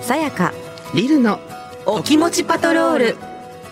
さやかリルのお気持ちパトロール。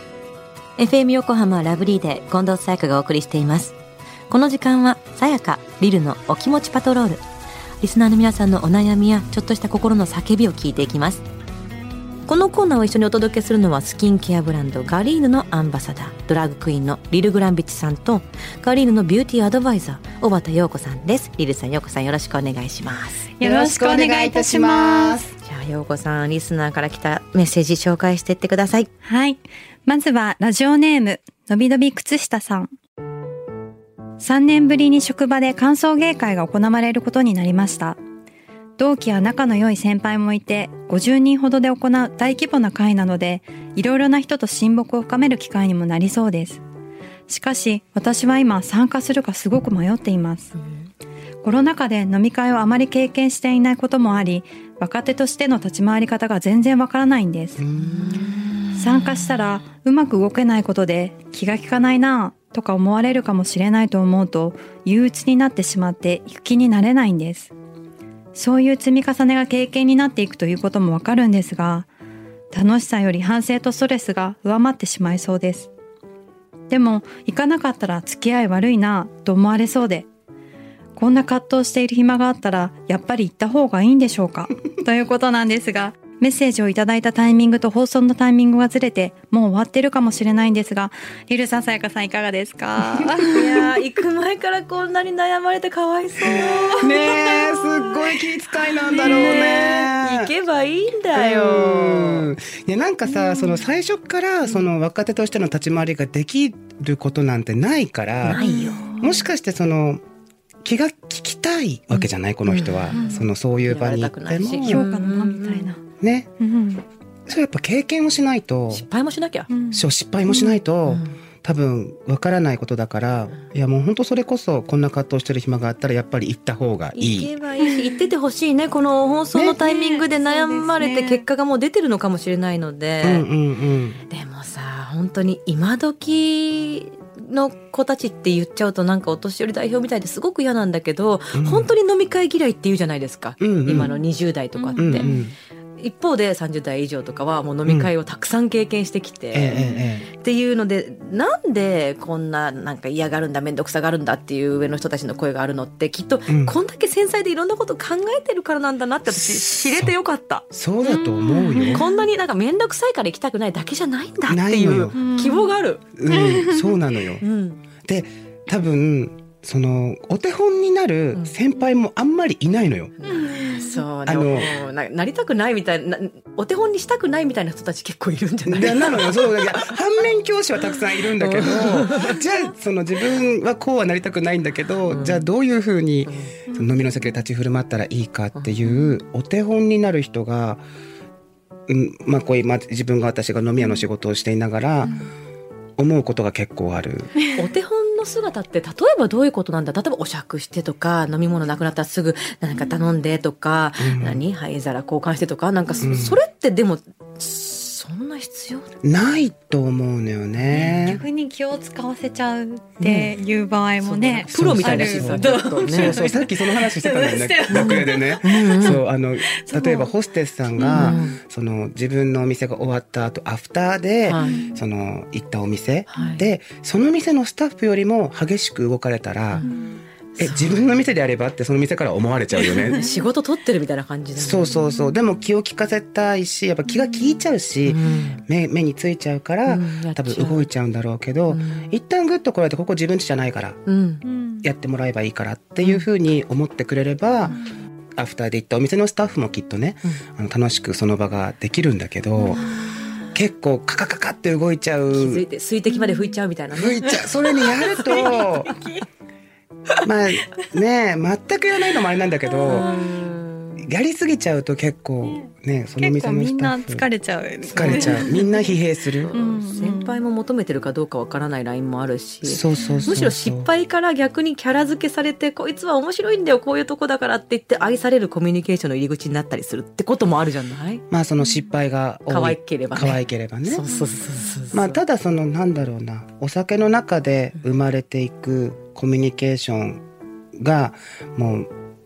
FM 横浜ラブリーで近藤さやかがお送りしています。この時間はさやかリルのお気持ちパトロール。リスナーの皆さんのお悩みやちょっとした心の叫びを聞いていきます。このコーナーを一緒にお届けするのはスキンケアブランドガリーヌのアンバサダー、ドラッグクイーンのリル・グランビッチさんとガリーヌのビューティーアドバイザー小畑陽子さんです。リルさん、陽子さん、よろしくお願いします。 よろしくお願いいたします。 じゃあ陽子さん、リスナーから来たメッセージ紹介していってください。 はい、まずはラジオネームのびのび靴下さん。3年ぶりに職場で歓送迎会が行われることになりました。同期や仲の良い先輩もいて50人ほどで行う大規模な会なので、いろいろな人と親睦を深める機会にもなりそうです。しかし私は今参加するかすごく迷っています。コロナ禍で飲み会をあまり経験していないこともあり、若手としての立ち回り方が全然わからないんです。参加したらうまく動けないことで気が利かないなぁとか思われるかもしれないと思うと、憂鬱になってしまって行く気になれないんです。そういう積み重ねが経験になっていくということもわかるんですが、楽しさより反省とストレスが上回ってしまいそうです。でも行かなかったら付き合い悪いなと思われそうで、こんな葛藤している暇があったらやっぱり行った方がいいんでしょうかということなんですが、メッセージをいただいたタイミングと放送のタイミングがずれてもう終わってるかもしれないんですが、リルさん、さやかさん、いかがですか？ いや行く前からこんなに悩まれてかわいそうねえ、すっごい気遣いなんだろうね。 行けばいいんだよ。 いや、なんかさ、その最初からその若手としての立ち回りができることなんてないから、 ないよ。 もしかしてその気が利きたいわけじゃない、この人は。そういう場に行っても評価の間みたいなね、それやっぱ経験をしないと、 失敗もしなきゃ、 失敗もしないと、多分わからないことだから、いやもう本当それこそこんな葛藤してる暇があったらやっぱり行った方がいい。 行けばいいし、行っててほしいね。この放送のタイミングで悩まれて結果がもう出てるのかもしれないので、でもさ、本当に今時の子たちって言っちゃうとなんかお年寄り代表みたいですごく嫌なんだけど、本当に飲み会嫌いって言うじゃないですか、今の20代とかって、一方で30代以上とかはもう飲み会をたくさん経験してきて、っていうので、なんでこんななんか嫌がるんだ、面倒くさがるんだっていう上の人たちの声があるのって、きっとこんだけ繊細でいろんなこと考えてるからなんだなって私知れてよかった。 そうだと思うよ。 こんなになんか面倒くさいから行きたくないだけじゃないんだっていう希望がある。 そうなのよ。で、多分そのお手本になる先輩もあんまりいないのよ。 そうね、なりたくないみたいな、お手本にしたくないみたいな人たち結構いるんじゃない？ なのよ。そうだけど反面教師はたくさんいるんだけどじゃあその自分はこうはなりたくないんだけど、じゃあどういうふうに飲みの席で立ち振る舞ったらいいかっていうお手本になる人が、こういう、自分が私が飲み屋の仕事をしていながら思うことが結構ある。 お手本の姿って例えばどういうことなんだ？例えばお酌してとか、飲み物なくなったらすぐなんか頼んでとか、灰皿交換してとか、なんかそれってでもそんな必要ないと思うのよね。 逆に気を使わせちゃうっていう場合もね、 プロみたいなしさ、 そうさっきその話してたんだよね楽屋でね。そう例えばホステスさんが、その自分のお店が終わった後アフターで、その行ったお店、でその店のスタッフよりも激しく動かれたら、自分の店であればってその店から思われちゃうよね仕事取ってるみたいな感じだね。 そうでも気を利かせたいし、やっぱ気が利いちゃうし、目についちゃうから、多分動いちゃうんだろうけど、一旦グッとこられて、ここ自分家じゃないから、やってもらえばいいからっていう風に思ってくれれば、アフターで行ったお店のスタッフもきっとね、楽しくその場ができるんだけど、結構カカカカって動いちゃう、気づいて水滴まで拭いちゃうみたいなね。 拭いちゃう。それにやると全くやらないのもあれなんだけど、やりすぎちゃうと結構ね、その店のスタッフ結構みんな疲れちゃう、 みんな疲弊する、 先輩も求めてるかどうかわからないラインもあるし、 むしろ失敗から逆にキャラ付けされて、こいつは面白いんだよ、こういうとこだからって言って愛されるコミュニケーションの入り口になったりするってこともあるじゃない。 その失敗が可愛ければね。 ただそのなんだろうな、お酒の中で生まれていくコミュニケーションがもう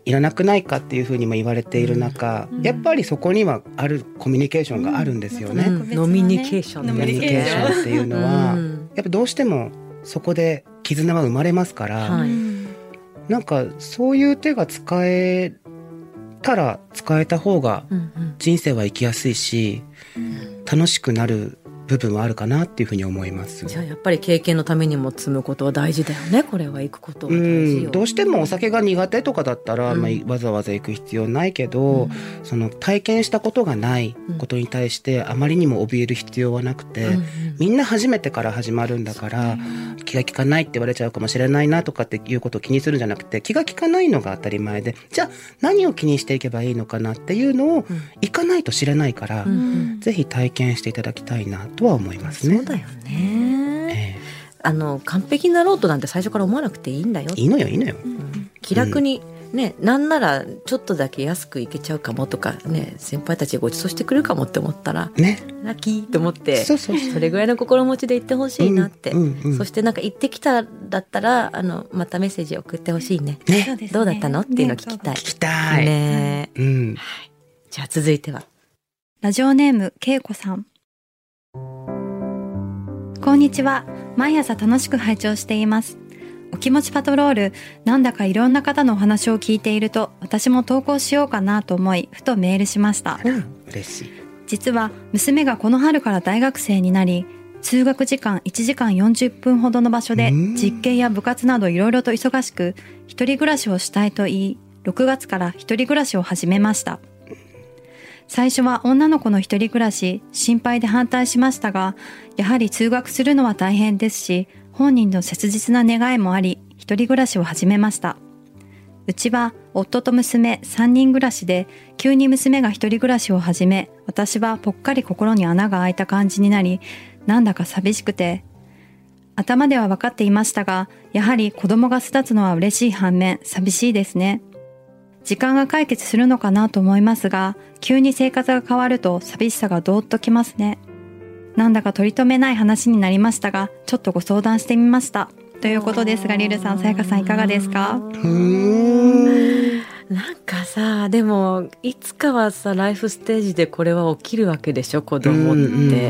いらなくないかっていうふうにも言われている中、やっぱりそこにはあるコミュニケーションがあるんですよね。 ノミニケーションっていうのは、やっぱどうしてもそこで絆は生まれますから、なんかそういう手が使えたら使えた方が人生は生きやすいし、楽しくなる部分はあるかなっていうふうに思います。 じゃあやっぱり経験のためにも積むことは大事だよね。これは行くことは大事よ。 どうしてもお酒が苦手とかだったら、わざわざ行く必要ないけど、その体験したことがないことに対してあまりにも怯える必要はなくて、みんな初めてから始まるんだから、気が利かないって言われちゃうかもしれないなとかっていうことを気にするんじゃなくて、気が利かないのが当たり前で、じゃあ何を気にしていけばいいのかなっていうのを行かないと知れないから、ぜひ体験していただきたいなとは思いますね。 そうだよね、完璧なろうとなんて最初から思わなくていいんだよ。 いいのよ。 気楽にね、なんならちょっとだけ安くいけちゃうかもとかね、先輩たちがご馳走してくれるかもって思ったら、ラッキーと思って、それぐらいの心持ちで行ってほしいなって、そしてなんか行ってきただったらまたメッセージ送ってほしいね。どうだったのっていうの聞きたい。 聞きたいね。 じゃあ続いてはラジオネームけいこさん。こんにちは。毎朝楽しく拝聴しています。お気持ちパトロール、なんだかいろんな方のお話を聞いていると、私も投稿しようかなと思い、ふとメールしました。 嬉しい。 実は娘がこの春から大学生になり、通学時間1時間40分ほどの場所で実験や部活などいろいろと忙しく、一人暮らしをしたいと言い、6月から一人暮らしを始めました。最初は女の子の一人暮らし、心配で反対しましたが、やはり通学するのは大変ですし、本人の切実な願いもあり、一人暮らしを始めました。うちは夫と娘3人暮らしで、急に娘が一人暮らしを始め、私はぽっかり心に穴が開いた感じになり、なんだか寂しくて、頭では分かっていましたが、やはり子供が巣立つのは嬉しい反面、寂しいですね。時間が解決するのかなと思いますが、急に生活が変わると寂しさがどーっときますね。なんだか取り留めない話になりましたが、ちょっとご相談してみました。ということですが、リルさん、さやかさんいかがですか？ なんかさ、でもいつかはさ、ライフステージでこれは起きるわけでしょ、子供って。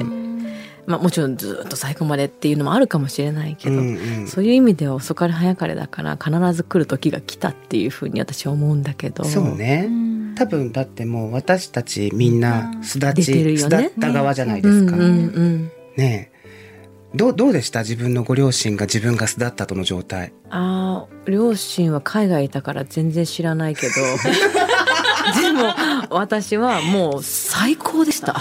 もちろんずっと最後までっていうのもあるかもしれないけど、そういう意味では遅かれ早かれだから必ず来る時が来たっていうふうに私は思うんだけど。 そうね。多分だってもう私たちみんな巣立った側じゃないですか。ねえ、どうでした？自分のご両親が自分が巣立ったとの状態。 両親は海外いたから全然知らないけどでも私はもう最高でした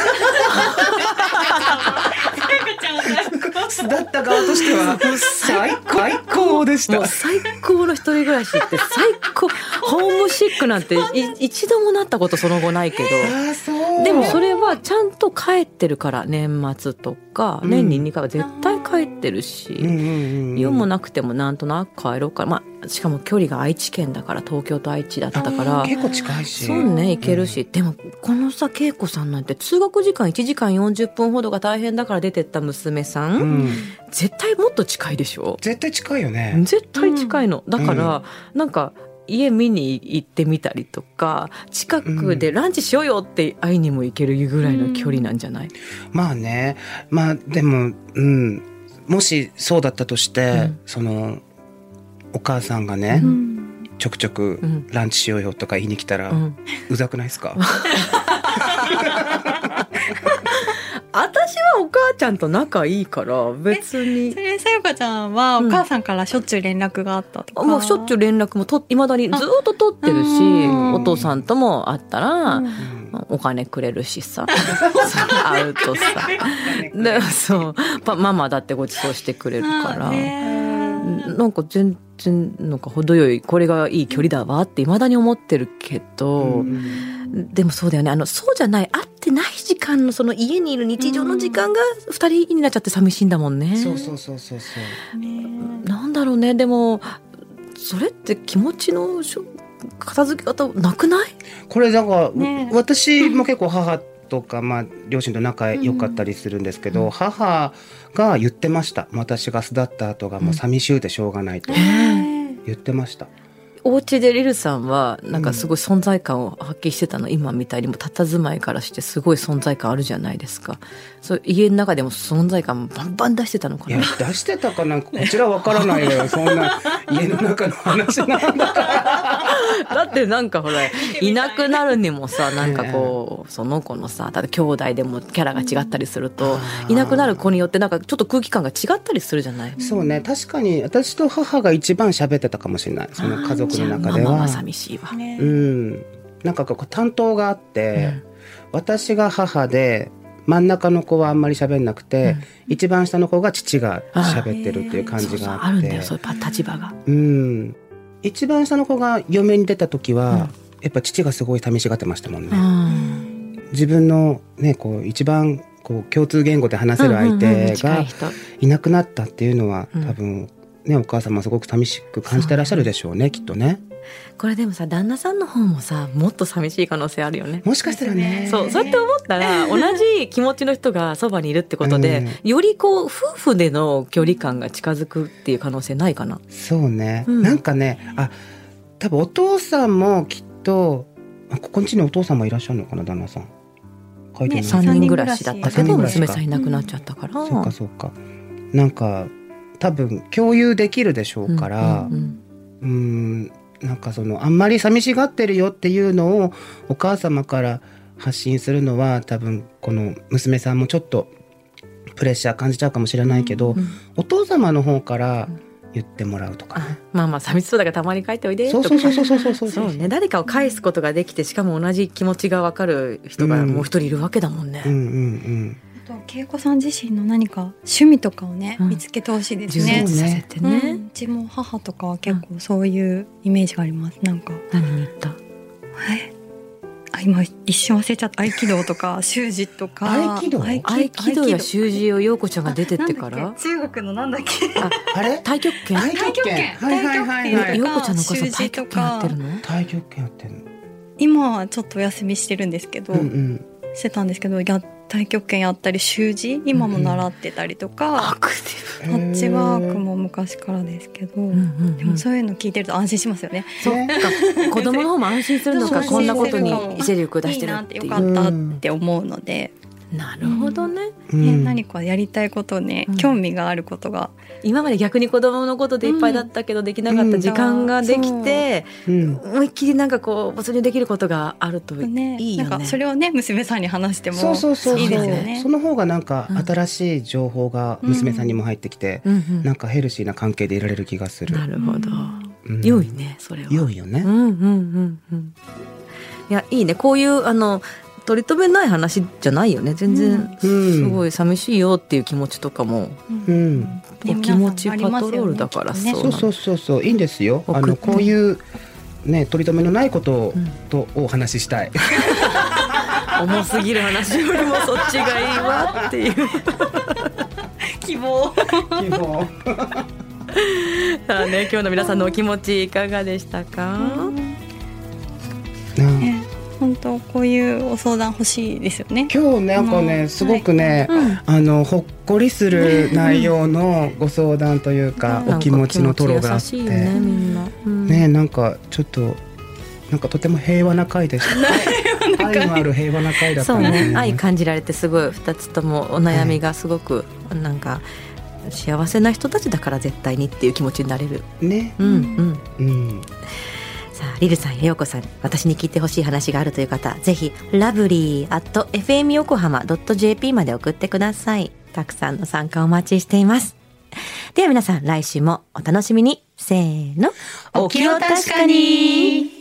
巣立った側としては最高でした。 もう最高の一人暮らしって最高。ホームシックなんて一度もなったことその後ないけど、でもそれはちゃんと帰ってるから、年末とか年に2回は絶対帰ってるし、用もなくてもなんとなく帰ろうか、しかも距離が愛知県だから、東京と愛知だったから結構近いし、 そうね、行けるし、でもこのさ、恵子さんなんて通学時間1時間40分ほどが大変だから出てった娘さん、絶対もっと近いでしょ。 絶対近いよね。 絶対近いの、だから、なんか家見に行ってみたりとか、近くでランチしようよって会いにも行けるぐらいの距離なんじゃない？ まあね、でも、もしそうだったとして、そのお母さんがね、ちょくちょくランチしようよとか言いに来たら、うざくないですか？ 私はお母ちゃんと仲いいから別に。 それさやかちゃんはお母さんからしょっちゅう連絡があったとか？ もうしょっちゅう連絡もいまだにずっと取ってるし、お父さんとも会ったら、お金くれるしさ会うとさで、そうママだってご馳走してくれるから、なんか全然なんか程よい、これがいい距離だわっていまだに思ってるけど、でもそうだよね、そうじゃない、会ってない時間のその家にいる日常の時間が2人になっちゃって寂しいんだもんね。 そうなんだろうね。でもそれって気持ちの片付け方なくない？ これだから、私も結構母とか、両親と仲良かったりするんですけど、母が言ってました。私が巣立った後がもう寂しゅうでしょうがないと言ってました。 お家でリルさんはなんかすごい存在感を発揮してたの、今みたいにも佇まいからしてすごい存在感あるじゃないですか。そう家の中でも存在感バンバン出してたのかな。 いや出してたかなんかこちらわからないよそんな家の中の話なんだからだってなんかほらいなくなるにもさ、なんかこうその子のさ、だって兄弟でもキャラが違ったりすると、いなくなる子によってなんかちょっと空気感が違ったりするじゃない。 そうね、確かに私と母が一番喋ってたかもしれない、その家族の中では。 ママは寂しいわ、 なんかこう担当があって、私が母で真ん中の子はあんまり喋んなくて、一番下の子が父が喋ってるっていう感じがあって、 あるんだよそういう立場が。 一番下の子が嫁に出た時は、やっぱ父がすごい寂しがってましたもんね。自分のねこう一番こう共通言語で話せる相手がいなくなったっていうのは、多分ねお母様すごく寂しく感じてらっしゃるでしょうね、きっとね。 これでもさ旦那さんの方もさもっと寂しい可能性あるよね。 もしかしたらね。 そうやって思ったら同じ気持ちの人がそばにいるってことで、よりこう夫婦での距離感が近づくっていう可能性ないかな。 そうね、なんかね多分お父さんもきっとここんちにお父さんもいらっしゃるのかな、旦那さん。書いてない。 3人暮らしだったけど娘さんいなくなっちゃったから、 そうかなんか多分共有できるでしょうから、なんかそのあんまり寂しがってるよっていうのをお母様から発信するのは、多分この娘さんもちょっとプレッシャー感じちゃうかもしれないけど、お父様の方から言ってもらうとか、 まあ寂しそうだからたまに帰っておいでとか、そうね、誰かを返すことができて、しかも同じ気持ちが分かる人がもう一人いるわけだもんね。 恵子さん自身の何か趣味とかをね、見つけてほしいですね。 充実させてね。 うちも母とかは結構そういうイメージがあります。なんか何に言った？ 今一瞬忘れちゃった。合気道とか習字とか。 合気道や習字を陽子ちゃんが出てってから。 中国のなんだっけ？ あれ？ 太極拳。陽子ちゃんのお母さん太極拳やってるの？ 太極拳やってるの。 今はちょっとお休みしてるんですけど、してたんですけど、太極拳やったり習字今も習ってたりとか、 アクティブ。 パッチワークも昔からですけど、でもそういうの聞いてると安心しますよね。 そうか子供の方も安心するのか、こんなことに精力出してるっていう。 いいなってよかったって思うので。 なるほどね。 何かやりたいことね、興味があることが、 今まで逆に子供のことでいっぱいだったけどできなかった時間ができて、思いっきりなんかこう没入できることがあるといいよね。 なんかそれをね娘さんに話してもいいですよね。 その方がなんか新しい情報が娘さんにも入ってきて、なんかヘルシーな関係でいられる気がする。 なるほど、良いね。それは良いよね。 いやいいね、こういう取り留めない話じゃないよね。全然すごい寂しいよっていう気持ちとかも、お気持ちパトロールだからそういいんですよ。こういうね取り留めのないこととお話ししたい。 重すぎる話よりもそっちがいいわっていう希望さあね、今日の皆さんのお気持ちいかがでしたか？ 本当こういうお相談欲しいですよね。 今日なんかねすごくね、ほっこりする内容のご相談というか、お気持ちのトロがあって、なんかちょっとなんかとても平和な回でした。愛のある平和な回だったね。 そうね、愛感じられてすごい2つともお悩みがすごくなんか幸せな人たちだから絶対にっていう気持ちになれるね。 さあリルさんやヨコさん、私に聞いてほしい話があるという方、ぜひlovely@fmyokohama.jp まで送ってください。たくさんの参加お待ちしています。では皆さん来週もお楽しみに。せーの、 お気を確かに。